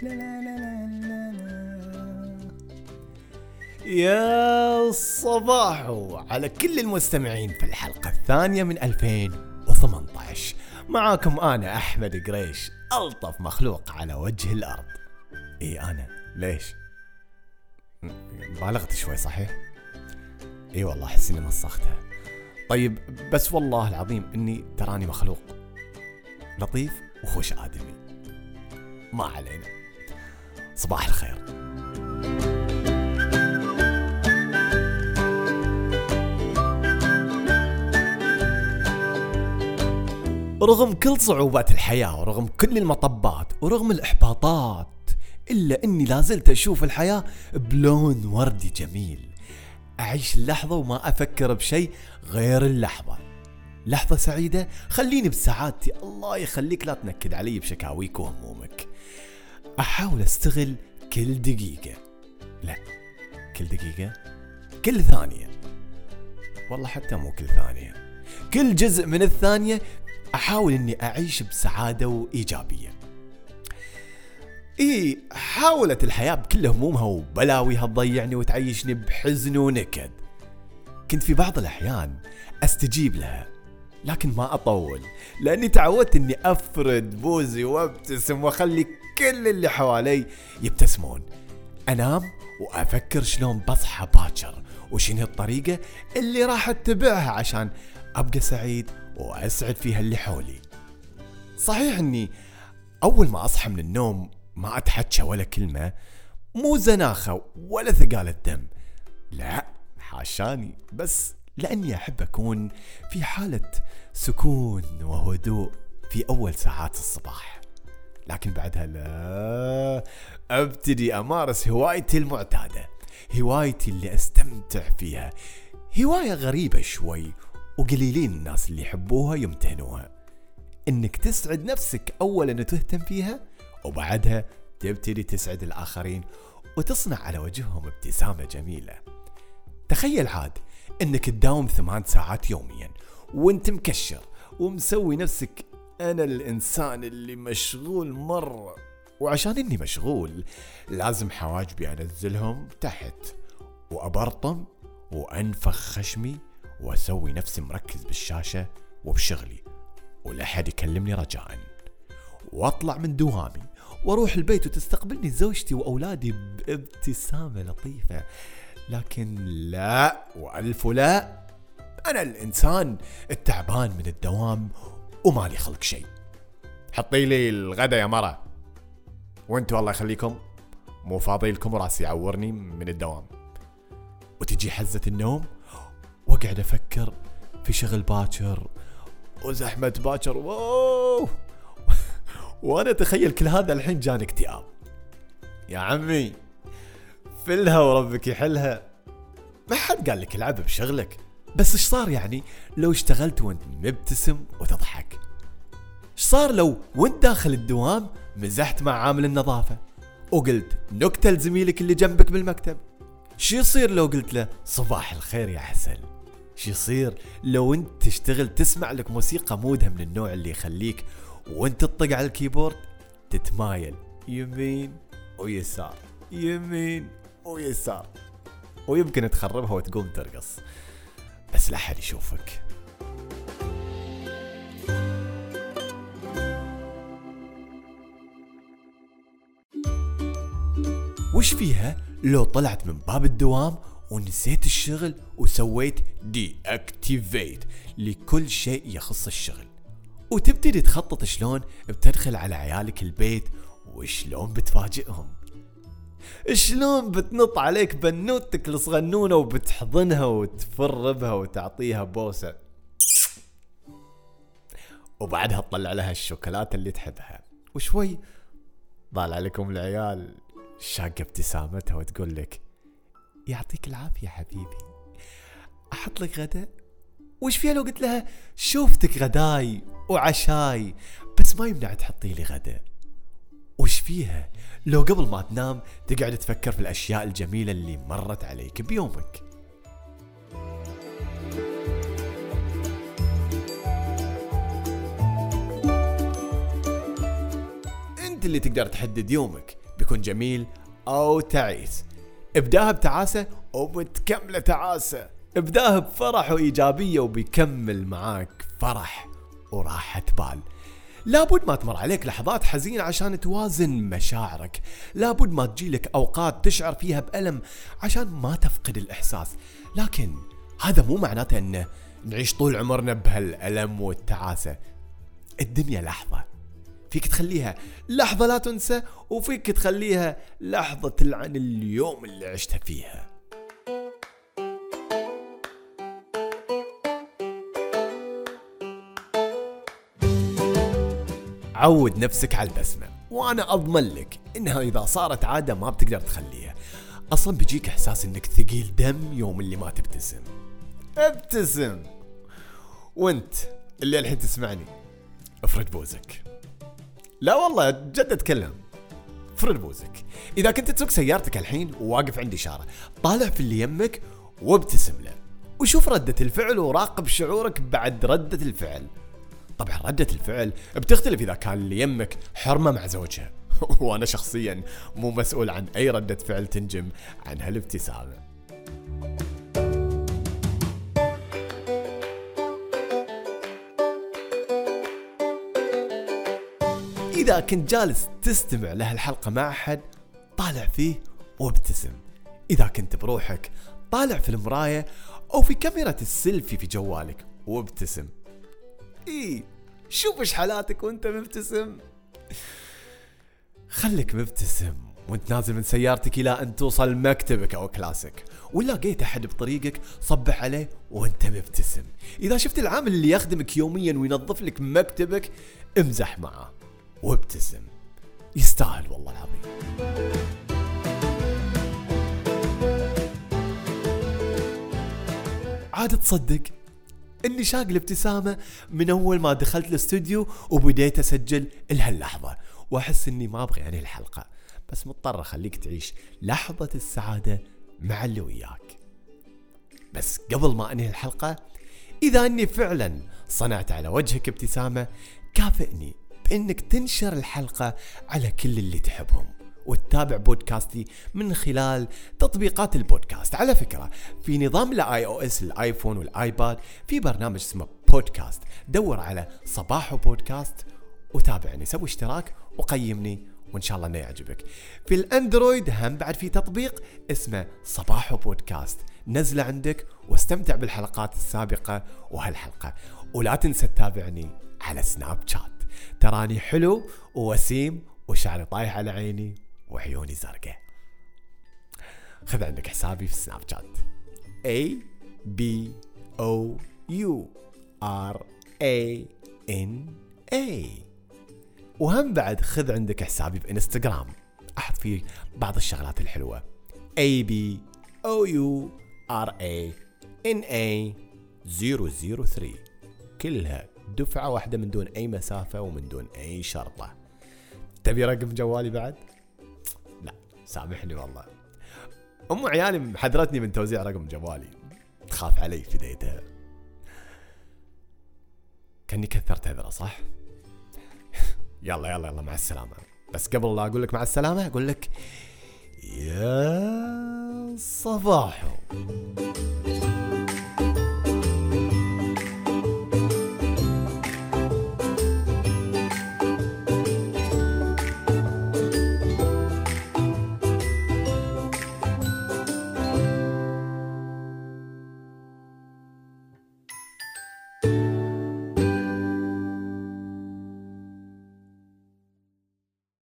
لا لا لا لا لا. يا صباحو على كل المستمعين في الحلقة الثانية من 2018. معاكم أنا أحمد قريش، ألطف مخلوق على وجه الأرض. أنا ليش؟ بالغت شوي صحيح؟ والله أحس إني مسختها. طيب بس والله العظيم إني تراني مخلوق لطيف وخوش آدمي. ما علينا. صباح الخير. رغم كل صعوبات الحياة ورغم كل المطبات ورغم الإحباطات، إلا أني لازلت أشوف الحياة بلون وردي جميل. أعيش اللحظة وما أفكر بشيء غير اللحظة. لحظة سعيدة خليني بسعادتي، الله يخليك لا تنكد علي بشكاويك وهمومك. أحاول أستغل كل دقيقة، لا كل دقيقة، كل ثانية، والله حتى مو كل ثانية، كل جزء من الثانية أحاول أني أعيش بسعادة وإيجابية. حاولت الحياة بكل همومها وبلاويها تضيعني وتعيشني بحزن ونكد. كنت في بعض الأحيان أستجيب لها، لكن ما أطول، لأني تعودت أني أفرد بوزي وابتسم وأخلي كل اللي حوالي يبتسمون. أنام وأفكر شلون بصحى باكر وشنو الطريقة اللي راح أتبعها عشان أبقى سعيد وأسعد فيها اللي حولي. صحيح أني أول ما أصحى من النوم ما أتحكى ولا كلمة، مو زناخة ولا ثقالة دم، لا حاشاني، بس لأني أحب أكون في حالة سكون وهدوء في أول ساعات الصباح. لكن بعدها لا، أبتدي أمارس هوايتي المعتادة، هوايتي اللي أستمتع فيها، هواية غريبة شوي وقليلين الناس اللي يحبوها يمتهنوها. إنك تسعد نفسك أولا وتهتم فيها، وبعدها تبتدي تسعد الآخرين وتصنع على وجههم ابتسامة جميلة. تخيل عاد إنك تداوم 8 ساعات يوميا وانت مكشر ومسوي نفسك أنا الإنسان اللي مشغول مرة، وعشان إني مشغول لازم حواجبي أنزلهم تحت وأبرطم وأنفخ خشمي وأسوي نفسي مركز بالشاشة وبشغلي ولا حد يكلمني رجاءً، واطلع من دوامي واروح البيت وتستقبلني زوجتي واولادي بابتسامة لطيفة. لكن لا والف لا، انا الانسان التعبان من الدوام ومالي خلق شيء. حطي لي الغدا يا مرة، وانتوا الله يخليكم مو فاضي لكم وراسي يعورني من الدوام. وتجي حزة النوم واقعد افكر في شغل باكر وزحمة باكر، وانا تخيل كل هذا الحين جاني اكتئاب. يا عمي فلها وربك يحلها، ما حد قال لك العب بشغلك، بس ايش صار يعني لو اشتغلت وانت مبتسم وتضحك؟ ايش صار لو وانت داخل الدوام مزحت مع عامل النظافة وقلت نكتة لزميلك اللي جنبك بالمكتب؟ شو يصير لو قلت له صباح الخير يا حسن؟ شو يصير لو انت تشتغل تسمع لك موسيقى مودها من النوع اللي يخليك وانت تطق على الكيبورد تتمايل يمين ويسار يمين ويسار، ويمكن تخربها وتقوم ترقص بس لا حد يشوفك. وش فيها لو طلعت من باب الدوام ونسيت الشغل وسويت دي اكتيفيت لكل شيء يخص الشغل، وتبتدي تخطط شلون بتدخل على عيالك البيت وشلون بتفاجئهم، شلون بتنط عليك بنوتك الصغنونة وبتحضنها وتفر بها وتعطيها بوسة، وبعدها تطلع لها الشوكولاتة اللي تحبها، وشوي ضال عليكم العيال شاقة ابتسامتها وتقول لك يعطيك العافية حبيبي، أحط لك غدا. وش فيها لو قلت لها شوفتك غداي وعشاي بس ما يمنع تحطي لي غدا؟ وش فيها لو قبل ما تنام تقعد تفكر في الأشياء الجميلة اللي مرت عليك بيومك؟ انت اللي تقدر تحدد يومك تكون جميل أو تعيس. ابداها بتعاسة وبتكمله تعاسة، ابداها بفرح وإيجابية وبيكمل معاك فرح وراحة بال. لابد ما تمر عليك لحظات حزينة عشان توازن مشاعرك، لابد ما تجيلك أوقات تشعر فيها بألم عشان ما تفقد الإحساس، لكن هذا مو معناته أنه نعيش طول عمرنا بهالألم والتعاسة. الدنيا لحظة، فيك تخليها لحظة لا تنسى، وفيك تخليها لحظة تلعن اليوم اللي عشتها فيها. عود نفسك على البسمة، وأنا أضمن لك إنها إذا صارت عادة ما بتقدر تخليها. أصلا بيجيك إحساس إنك ثقيل دم يوم اللي ما تبتسم. ابتسم. وانت اللي الحين تسمعني، افرد بوزك. لا والله جد اتكلم، افرد بوزك. إذا كنت تسوق سيارتك الحين وواقف عند إشارة، طالع في اللي يمك وابتسم له، وشوف ردة الفعل وراقب شعورك بعد ردة الفعل. طبعا ردة الفعل بتختلف إذا كان اللي يمك حرمة مع زوجها وأنا شخصيا مو مسؤول عن أي ردة فعل تنجم عن هالابتسامة. إذا كنت جالس تستمع لهالحلقة مع أحد، طالع فيه وابتسم. إذا كنت بروحك، طالع في المراية أو في كاميرا السيلفي في جوالك وابتسم. شوف ايش حالاتك وانت مبتسم. خليك مبتسم وانت نازل من سيارتك الى ان توصل مكتبك او كلاسك، ولا لقيت احد بطريقك صبح عليه وانت مبتسم. اذا شفت العامل اللي يخدمك يوميا وينظف لك مكتبك، امزح معه وابتسم، يستاهل والله العظيم. عاد تصدق اني شاق الابتسامة من اول ما دخلت الاستوديو وبديت اسجل لهاللحظة، واحس اني ما ابغي انهي الحلقة، بس مضطر اخليك تعيش لحظة السعادة مع اللي وياك. بس قبل ما انهي الحلقة، اذا اني فعلا صنعت على وجهك ابتسامة، كافئني بانك تنشر الحلقة على كل اللي تحبهم، وتتابع بودكاستي من خلال تطبيقات البودكاست. على فكرة، في نظام الاي او اس، الايفون والايباد، في برنامج اسمه بودكاست. دور على صباحو بودكاست وتابعني، سوي اشتراك وقيمني، وان شاء الله انه يعجبك. في الاندرويد هم بعد في تطبيق اسمه صباحو بودكاست، نزله عندك واستمتع بالحلقات السابقة وهالحلقة. ولا تنسى تتابعني على سناب شات، تراني حلو ووسيم وشعري طايح على عيني وعيوني زرقاء. خذ عندك حسابي في سناب شات ABOURANA، وهم بعد خذ عندك حسابي بإنستغرام، أحط فيه بعض الشغلات الحلوة ABOURANA003، كلها دفعة واحدة من دون أي مسافة ومن دون أي شرطة. تبي رقم جوالي بعد؟ لا سامحني والله، أم عيالي محذرتني من توزيع رقم جوالي، تخاف علي في ديتها. كأني كثرت هذرة صح؟ يلا مع السلامة. بس قبل لا أقول لك مع السلامة، أقول لك يا صباحو.